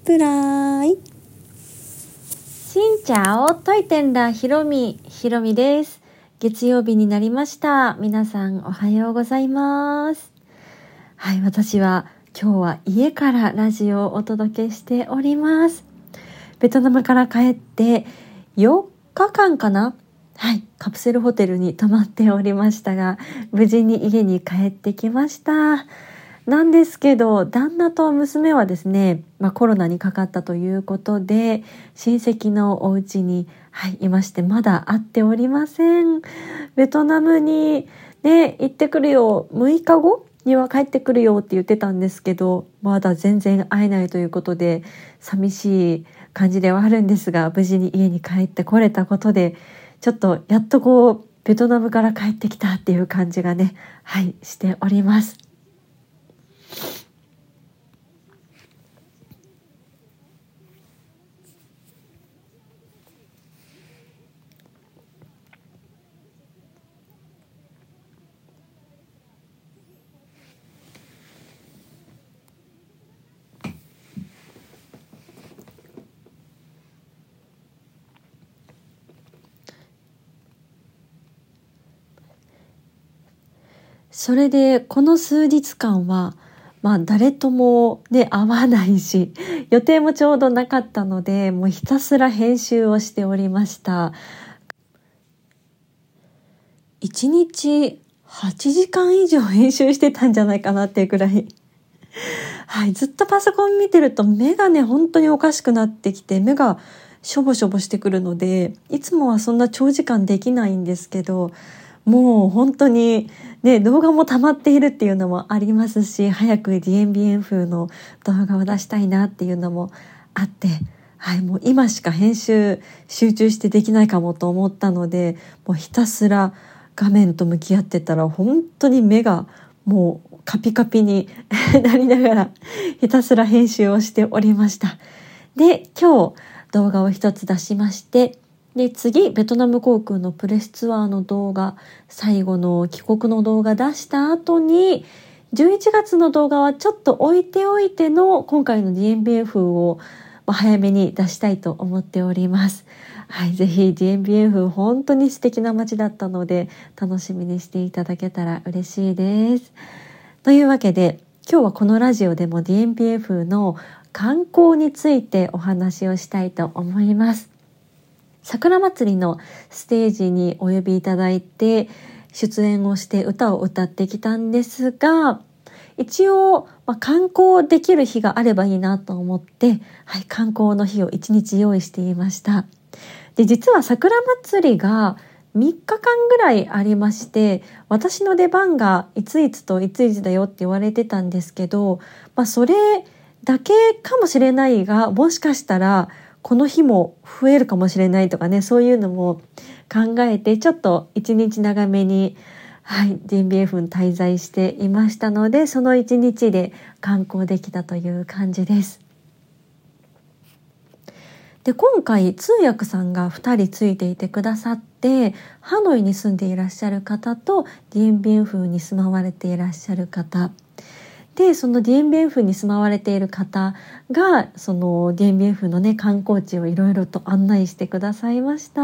プライ。 しんちゃおといてんらひろみです。月曜日になりました。皆さんおはようございます。はい、私は今日は家からラジオをお届けしております。ベトナムから帰って4日間かな。はい、カプセルホテルに泊まっておりましたが、無事に家に帰ってきました。なんですけど、旦那と娘はですね、コロナにかかったということで、親戚のお家に、いまして、まだ会っておりません。ベトナムにね、行ってくるよ、6日後には帰ってくるよって言ってたんですけど、まだ全然会えないということで、寂しい感じではあるんですが、無事に家に帰ってこれたことで、ちょっとやっとベトナムから帰ってきたっていう感じがね、しております。それでこの数日間は誰ともね会わないし、予定もちょうどなかったので、もうひたすら編集をしておりました。1日8時間以上編集してたんじゃないかなっていうくらいずっとパソコン見てると目がね本当におかしくなってきて、目がしょぼしょぼしてくるので、いつもはそんな長時間できないんですけど、もう本当にね、動画も溜まっているっていうのもありますし、早く DMBN 風の動画を出したいなっていうのもあって、もう今しか編集集中してできないかもと思ったので、もうひたすら画面と向き合ってたら本当に目がもうカピカピになりながらひたすら編集をしておりました。で、今日動画を一つ出しまして、で次ベトナム航空のプレスツアーの動画、最後の帰国の動画出した後に、11月の動画はちょっと置いておいての今回の DMBF を早めに出したいと思っております。ぜひ DMBF 本当に素敵な街だったので、楽しみにしていただけたら嬉しいです。というわけで、今日はこのラジオでも DMBF の観光についてお話をしたいと思います。桜祭りのステージにお呼びいただいて出演をして歌を歌ってきたんですが、一応、観光できる日があればいいなと思って、観光の日を1日用意していました。で、実は桜祭りが3日間ぐらいありまして、私の出番がいついつといついつだよって言われてたんですけど、それだけかもしれないが、もしかしたらこの日も増えるかもしれないとかね、そういうのも考えて、ちょっと一日長めにDMBF に滞在していましたので、その一日で観光できたという感じです。で、今回通訳さんが2人ついていてくださって、ハノイに住んでいらっしゃる方とディエンビエンフに住まわれていらっしゃる方で、そのディエンビエンフに住まわれている方がそのディエンビエンフのね観光地をいろいろと案内してくださいました。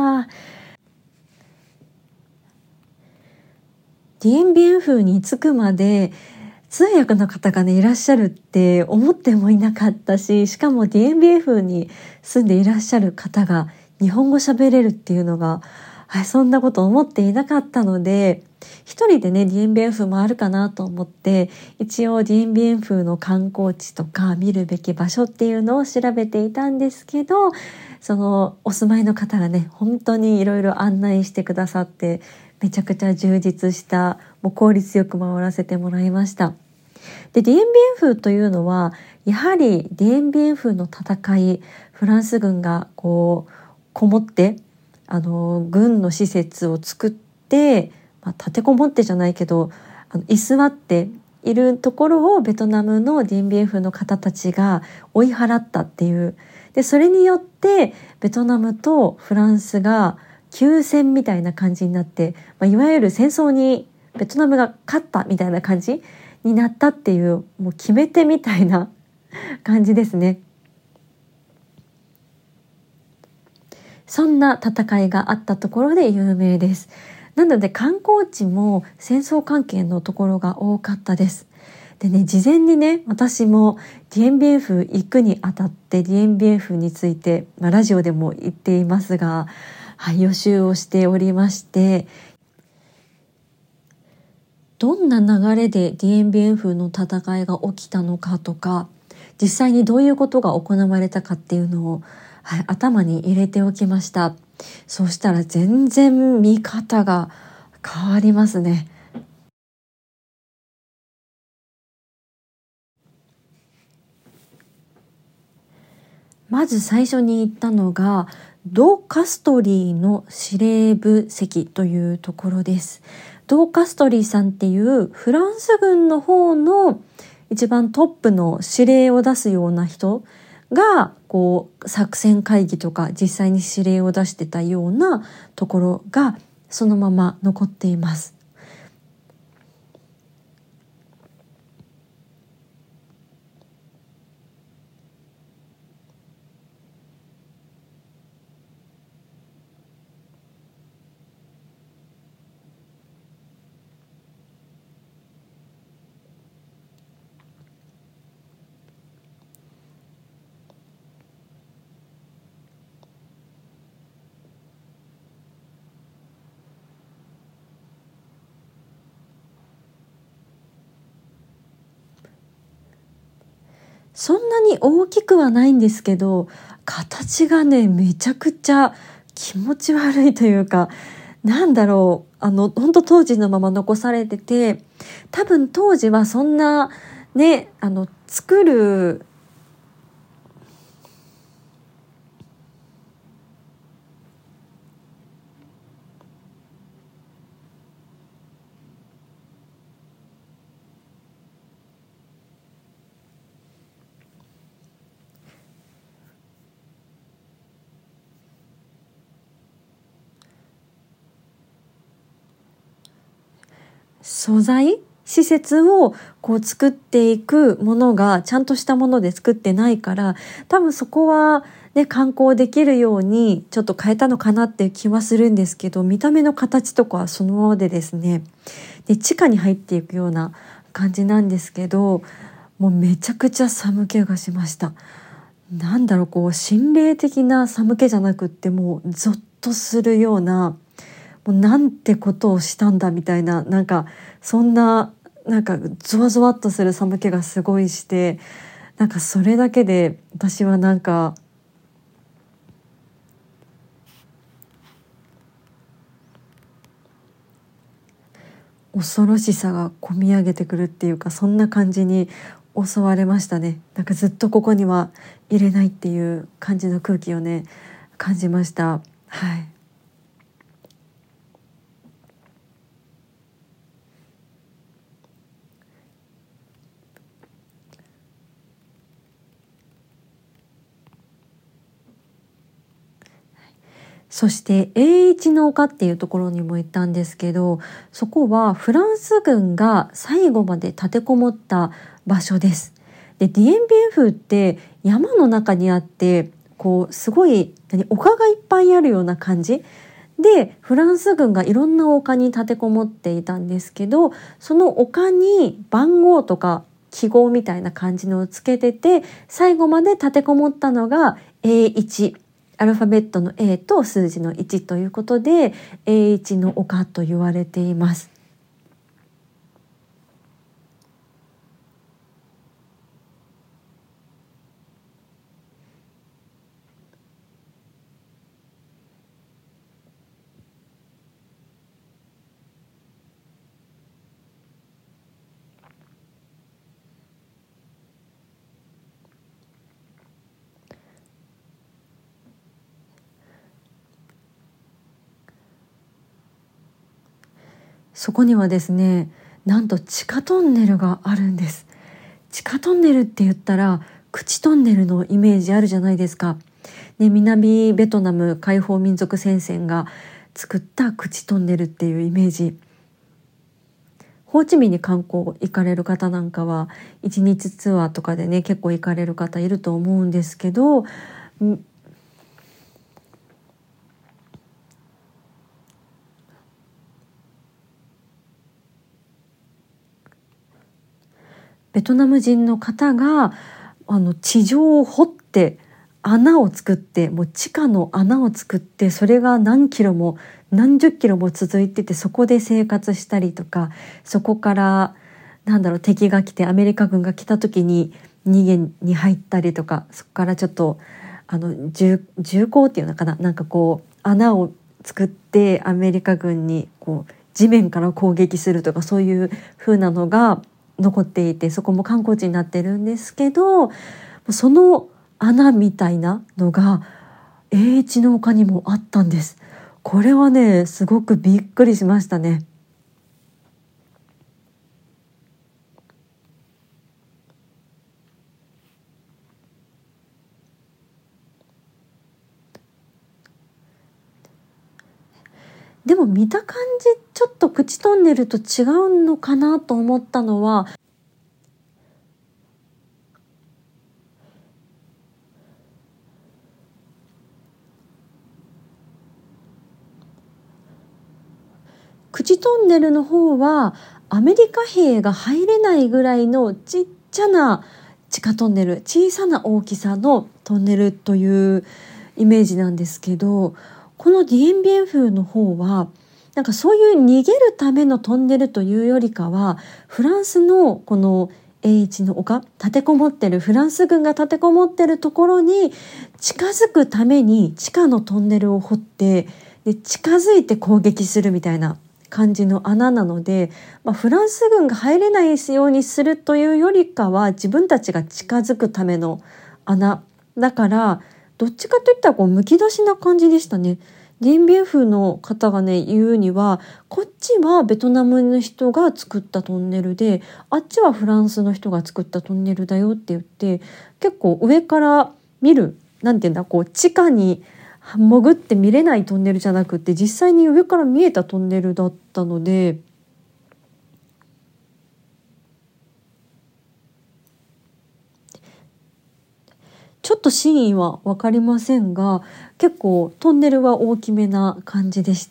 ディエンビエンフに着くまで通訳の方がねいらっしゃるって思ってもいなかったし、しかも DMBF に住んでいらっしゃる方が日本語喋れるっていうのが、そんなこと思っていなかったので、一人でね DMBF もあるかなと思って、一応 DMBF の観光地とか見るべき場所っていうのを調べていたんですけど、そのお住まいの方がね本当にいろいろ案内してくださって、めちゃくちゃ充実した、もう効率よく回らせてもらいました。で、ディエンビエンフというのは、やはりディエンビエンフの戦い、フランス軍がこもって、軍の施設を作って、立てこもってじゃないけど、居座っているところをベトナムのディエンビエンフの方たちが追い払ったっていう。で、それによってベトナムとフランスが休戦みたいな感じになって、いわゆる戦争にベトナムが勝ったみたいな感じになったっていう、もう決め手みたいな感じですね。 そんな戦いがあったところで有名です。なので観光地も戦争関係のところが多かったです。でね、事前にね、私もディエンビエンフ行くにあたってディエンビエンフについて、ラジオでも言っていますが、はい、予習をしておりまして、どんな流れでディエンビエンフの戦いが起きたのかとか、実際にどういうことが行われたかっていうのを、はい、頭に入れておきました。そうしたら全然見方が変わりますね。まず最初に行ったのがド・カストリーの司令部席というところです。ド・カストリーさんっていうフランス軍の方の一番トップの指令を出すような人が作戦会議とか実際に指令を出してたようなところがそのまま残っています。そんなに大きくはないんですけど、形がね、めちゃくちゃ気持ち悪いというか、なんだろう、本当当時のまま残されてて、多分当時はそんなね、作る素材施設を作っていくものがちゃんとしたもので作ってないから、多分そこはね、観光できるようにちょっと変えたのかなっていう気はするんですけど、見た目の形とかはそのままでですね、で地下に入っていくような感じなんですけど、もうめちゃくちゃ寒気がしました。なんだろう、心霊的な寒気じゃなくって、もうゾッとするような、もうなんてことをしたんだみたいな、なんかそんなゾワゾワっとする寒気がすごいして、なんかそれだけで私はなんか恐ろしさがこみ上げてくるっていうか、そんな感じに襲われましたね。なんかずっとここには入れないっていう感じの空気をね、感じました。はい。そして栄一の丘っていうところにも行ったんですけど、そこはフランス軍が最後まで立てこもった場所です。で、ディエンビエフって山の中にあって、すごい丘がいっぱいあるような感じで、フランス軍がいろんな丘に立てこもっていたんですけど、その丘に番号とか記号みたいな感じのをつけてて、最後まで立てこもったのが A1、アルファベットの A と数字の1ということで A1 の丘と言われています。そこにはですね、なんと地下トンネルがあるんです。地下トンネルって言ったら口トンネルのイメージあるじゃないですか。ね、南ベトナム解放民族戦線が作った口トンネルっていうイメージ。ホーチミンに観光行かれる方なんかは一日ツアーとかでね、結構行かれる方いると思うんですけど、 ベトナム人の方が地上を掘って穴を作って、もう地下の穴を作って、それが何キロも何十キロも続いてて、そこで生活したりとか、そこから敵が来て、アメリカ軍が来た時に逃げに入ったりとか、そこからちょっと銃口っていうのかな、穴を作ってアメリカ軍に地面から攻撃するとか、そういう風なのが残っていて、そこも観光地になってるんですけど、その穴みたいなのが栄一の丘にもあったんです。これはね、すごくびっくりしましたね。でも見た感じ、ちょっとプチトンネルと違うのかなと思ったのは、プチトンネルの方はアメリカ兵が入れないぐらいのちっちゃな地下トンネル、小さな大きさのトンネルというイメージなんですけど、このディエンビエンフの方はそういう逃げるためのトンネルというよりかは、フランスのこの栄一の丘、立てこもってる、フランス軍が立てこもってるところに近づくために地下のトンネルを掘って、で近づいて攻撃するみたいな感じの穴なので、フランス軍が入れないようにするというよりかは、自分たちが近づくための穴だから、どっちかといったらむき出しな感じでしたね。ディエンビエフの方がね言うには、こっちはベトナムの人が作ったトンネルで、あっちはフランスの人が作ったトンネルだよって言って、結構上から見る、地下に潜って見れないトンネルじゃなくて、実際に上から見えたトンネルだったので、ちょっと真意は分かりませんが、結構トンネルは大きめな感じでした。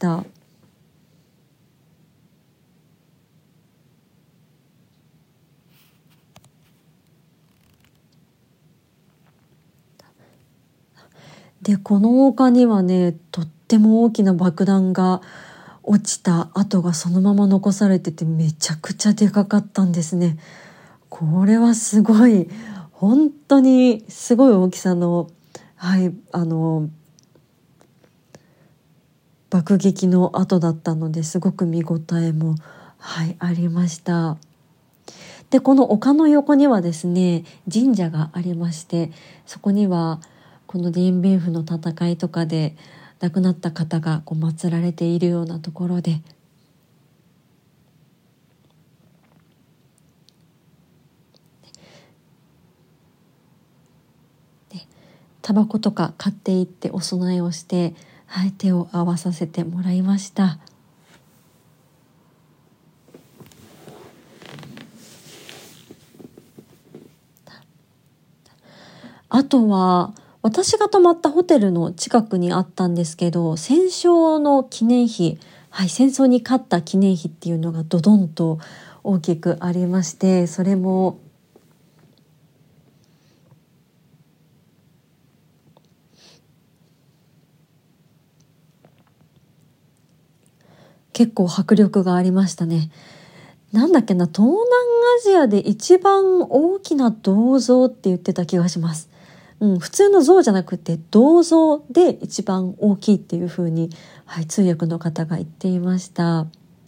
で、この丘にはね、とっても大きな爆弾が落ちた跡がそのまま残されてて、めちゃくちゃでかかったんですね。これはすごい、本当にすごい大きさの、爆撃の跡だったので、すごく見応えも、ありました。で、この丘の横にはですね、神社がありまして、そこにはこのディエンビエンフの戦いとかで亡くなった方が祀られているようなところで、タバコとか買っていってお供えをして、手を合わさせてもらいました。あとは私が泊まったホテルの近くにあったんですけど、戦勝の記念碑、戦争に勝った記念碑っていうのがドドンと大きくありまして、それも結構迫力がありましたね。東南アジアで一番大きな銅像って言ってた気がします。普通の像じゃなくて銅像で一番大きいっていう風に、通訳の方が言っていました。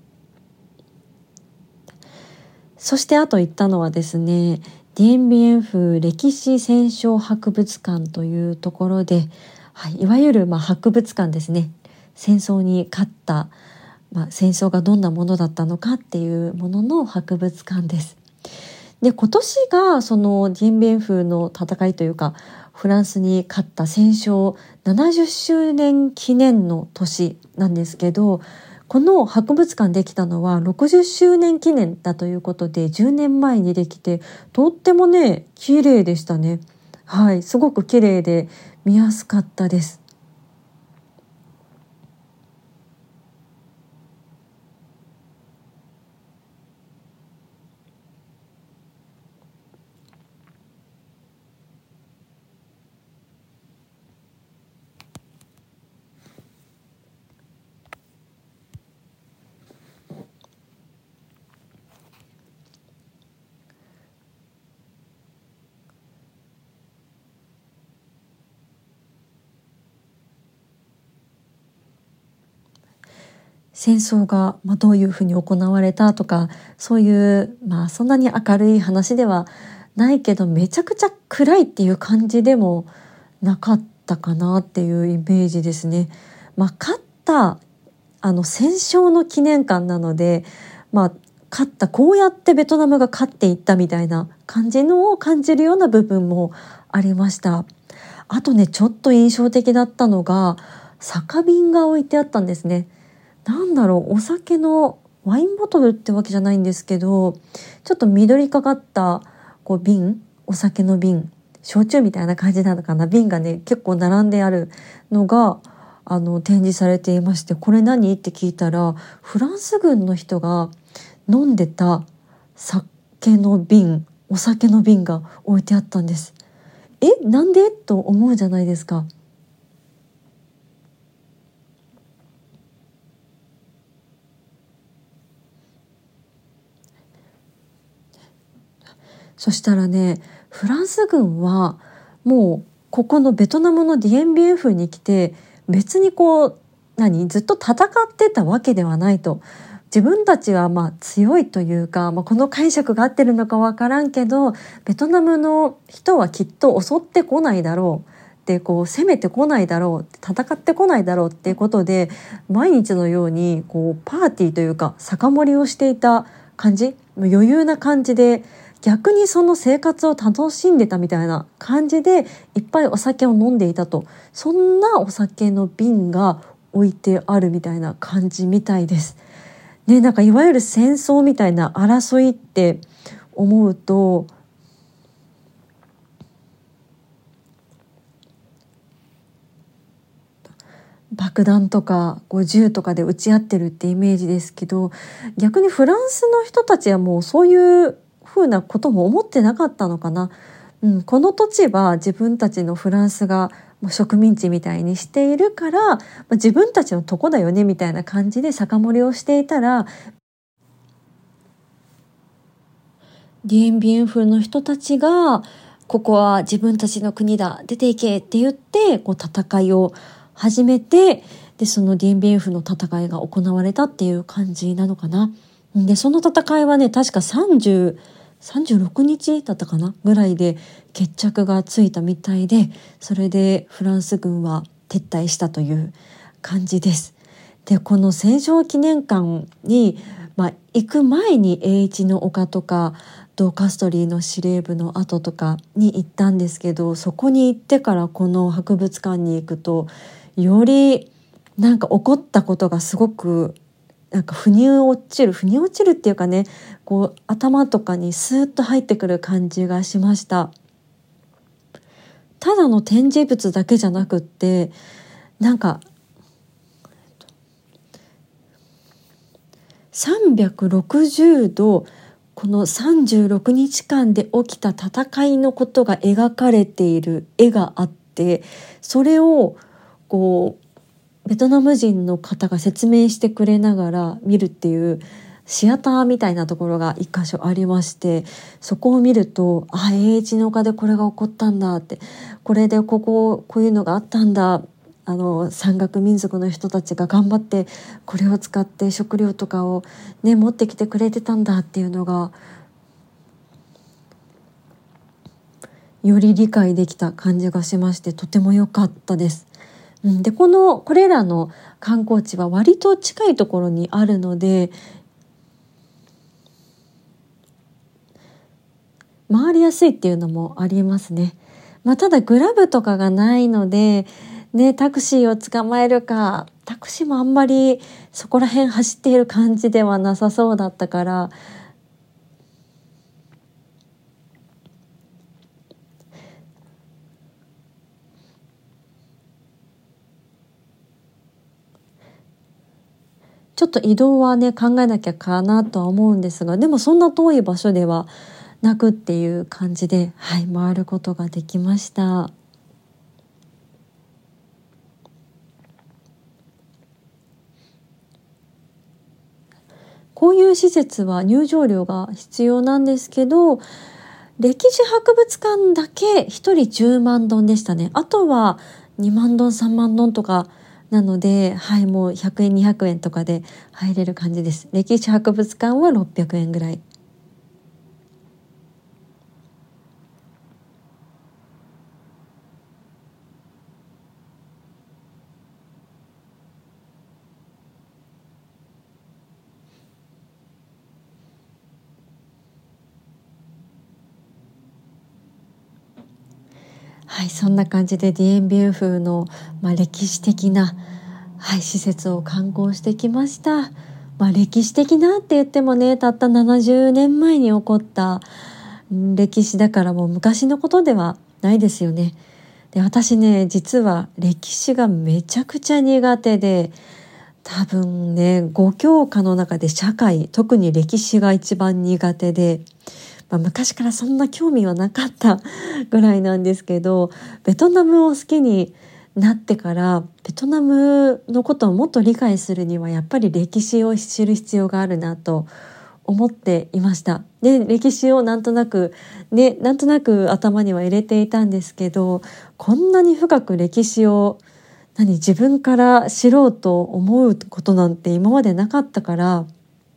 そしてあと行ったのはですね、ディエンビエンフ歴史戦勝博物館というところで、いわゆる博物館ですね。戦争に勝った、戦争がどんなものだったのかっていうものの博物館です。で、今年がそのディエンビエンフの戦いというか、フランスに勝った戦勝70周年記念の年なんですけど、この博物館できたのは60周年記念だということで、10年前にできて、とってもね綺麗でしたね。すごく綺麗で見やすかったです。 戦争がどういうふうに行われたとか、そういうそんなに明るい話ではないけど、めちゃくちゃ暗いっていう感じでもなかったかなっていうイメージですね。勝った戦勝の記念館なので、勝ったこうやってベトナムが勝っていったみたいな感じのを感じるような部分もありました。あとね、ちょっと印象的だったのが酒瓶が置いてあったんですね。お酒のワインボトルってわけじゃないんですけど、ちょっと緑かかった瓶、お酒の瓶、焼酎みたいな感じなのかな、瓶がね結構並んであるのが展示されていまして、これ何って聞いたら、フランス軍の人が飲んでた酒の瓶、お酒の瓶が置いてあったんです。なんでと思うじゃないですか。そしたらね、フランス軍はもうここのベトナムのディエンビエンフに来て、別にずっと戦ってたわけではないと。自分たちは強いというか、この解釈が合ってるのかわからんけど、ベトナムの人はきっと襲ってこないだろう。で攻めてこないだろう、戦ってこないだろうっていうことで、毎日のようにパーティーというか酒盛りをしていた感じ、余裕な感じで、逆にその生活を楽しんでたみたいな感じで、いっぱいお酒を飲んでいたと。そんなお酒の瓶が置いてあるみたいな感じみたいですね。いわゆる戦争みたいな争いって思うと、爆弾とか銃とかで撃ち合ってるってイメージですけど、逆にフランスの人たちはもうそういうふうなことも思ってなかったのかな。この土地は自分たちのフランスがもう植民地みたいにしているから、自分たちのとこだよねみたいな感じで酒盛りをしていたら、ディエンビエンフの人たちがここは自分たちの国だ、出ていけって言って戦いを始めて、でそのディエンビエンフの戦いが行われたっていう感じなのかな。でその戦いはね、確か36日だったかなぐらいで決着がついたみたいで、それでフランス軍は撤退したという感じです。でこの戦勝記念館に、行く前に栄一の丘とかドーカストリーの司令部の跡とかに行ったんですけど、そこに行ってからこの博物館に行くと、より起こったことがすごく腑に落ちるっていうかね、頭とかにスーッと入ってくる感じがしました。ただの展示物だけじゃなくって、360度この36日間で起きた戦いのことが描かれている絵があって、それをベトナム人の方が説明してくれながら見るっていうシアターみたいなところが一箇所ありまして、そこを見ると、栄一の丘でこれが起こったんだって、これでこういうのがあったんだ、山岳民族の人たちが頑張ってこれを使って食料とかをね持ってきてくれてたんだっていうのがより理解できた感じがしまして、とても良かったです。でこれらの観光地は割と近いところにあるので、回りやすいっていうのもありますね。ただグラブとかがないのでね、タクシーを捕まえるか、タクシーもあんまりそこら辺走っている感じではなさそうだったから、ちょっと移動はね考えなきゃかなとは思うんですが、でもそんな遠い場所ではなくっていう感じで、回ることができました。こういう施設は入場料が必要なんですけど、歴史博物館だけ1人10万ドンでしたね。あとは2万ドン3万ドンとかなので、はい、もう100円200円とかで入れる感じです。歴史博物館は600円ぐらい。はい、そんな感じでディエンビュンフの、歴史的な、はい、施設を観光してきました。歴史的なって言ってもね、たった70年前に起こった歴史だからもう昔のことではないですよね。で、私ね、実は歴史がめちゃくちゃ苦手で、多分ね、5教科の中で社会、特に歴史が一番苦手で、昔からそんな興味はなかったぐらいなんですけど、ベトナムを好きになってからベトナムのことをもっと理解するにはやっぱり歴史を知る必要があるなと思っていました。で、歴史をなんとなく頭には入れていたんですけど、こんなに深く歴史を自分から知ろうと思うことなんて今までなかったから、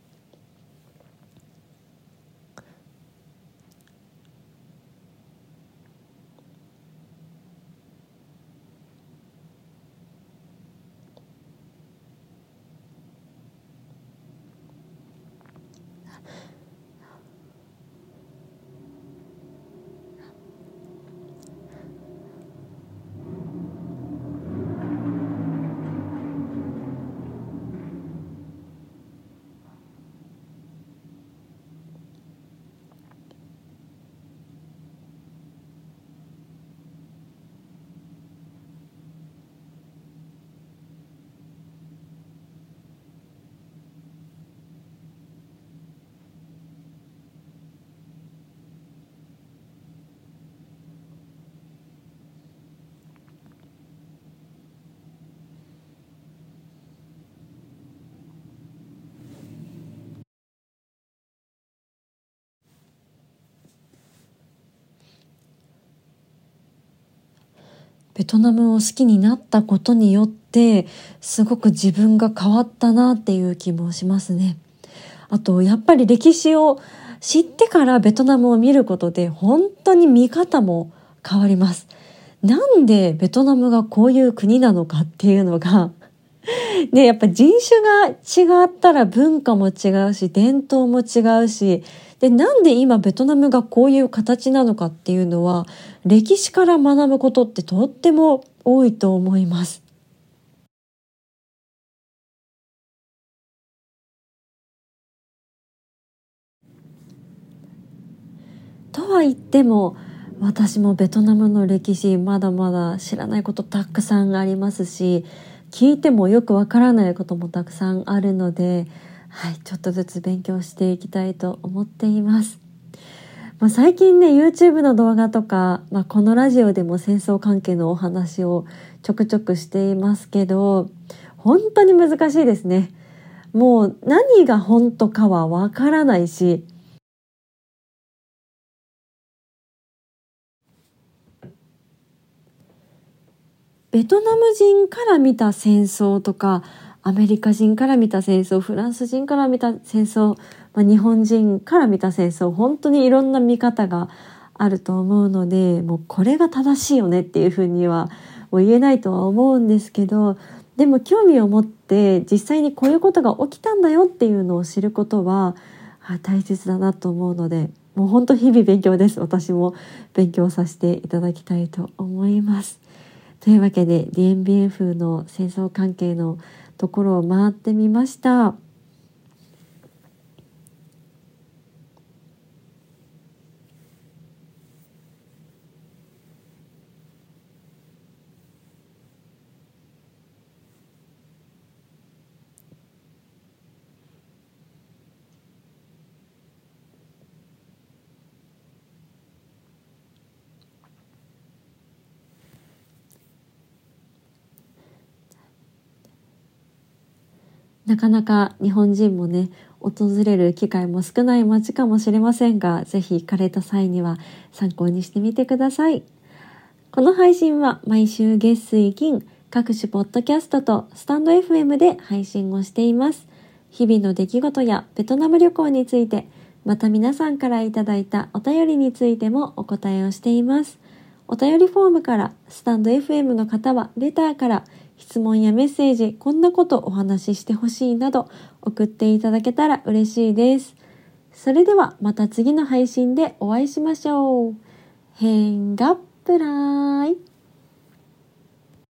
ベトナムを好きになったことによってすごく自分が変わったなっていう気もしますね。あとやっぱり歴史を知ってからベトナムを見ることで本当に見方も変わります。なんでベトナムがこういう国なのかっていうのがね、やっぱ人種が違ったら文化も違うし伝統も違うし、で、なんで今ベトナムがこういう形なのかっていうのは歴史から学ぶことってとっても多いと思います。とは言っても私もベトナムの歴史まだまだ知らないことたくさんありますし、聞いてもよくわからないこともたくさんあるので、はい、ちょっとずつ勉強していきたいと思っています。最近ね YouTube の動画とか、このラジオでも戦争関係のお話をちょくちょくしていますけど、本当に難しいですね。もう何が本当かはわからないし、ベトナム人から見た戦争とか、アメリカ人から見た戦争、フランス人から見た戦争、日本人から見た戦争、本当にいろんな見方があると思うので、もうこれが正しいよねっていうふうにはもう言えないとは思うんですけど、でも興味を持って実際にこういうことが起きたんだよっていうのを知ることは大切だなと思うので、もう本当日々勉強です。私も勉強させていただきたいと思います。というわけでディエンビエン風の戦争関係のところを回ってみました。なかなか日本人もね、訪れる機会も少ない街かもしれませんが、ぜひ行かれた際には参考にしてみてください。この配信は毎週月水金各種ポッドキャストとスタンド FM で配信をしています。日々の出来事やベトナム旅行について、また皆さんからいただいたお便りについてもお答えをしています。お便りフォームから、スタンド FM の方はレターから質問やメッセージ、こんなことお話ししてほしいなど送っていただけたら嬉しいです。それではまた次の配信でお会いしましょう。変がっぷらーい。